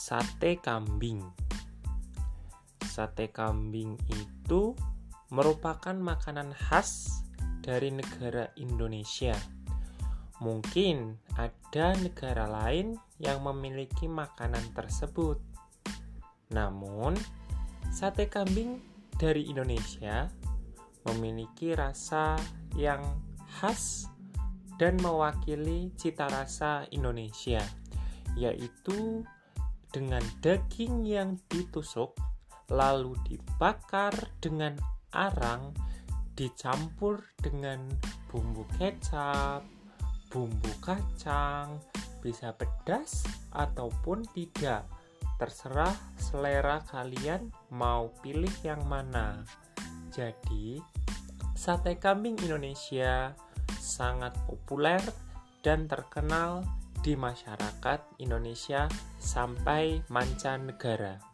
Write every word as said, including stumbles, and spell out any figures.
Sate kambing. Sate kambing itu merupakan makanan khas dari negara Indonesia. Mungkin ada negara lain yang memiliki makanan tersebut. Namun, sate kambing dari Indonesia memiliki rasa yang khas dan mewakili cita rasa Indonesia, yaitu dengan daging yang ditusuk lalu dibakar dengan arang, dicampur dengan bumbu kecap, bumbu kacang, bisa pedas ataupun tidak. Terserah selera kalian mau pilih yang mana. Jadi, sate kambing Indonesia sangat populer dan terkenal di masyarakat Indonesia sampai mancanegara.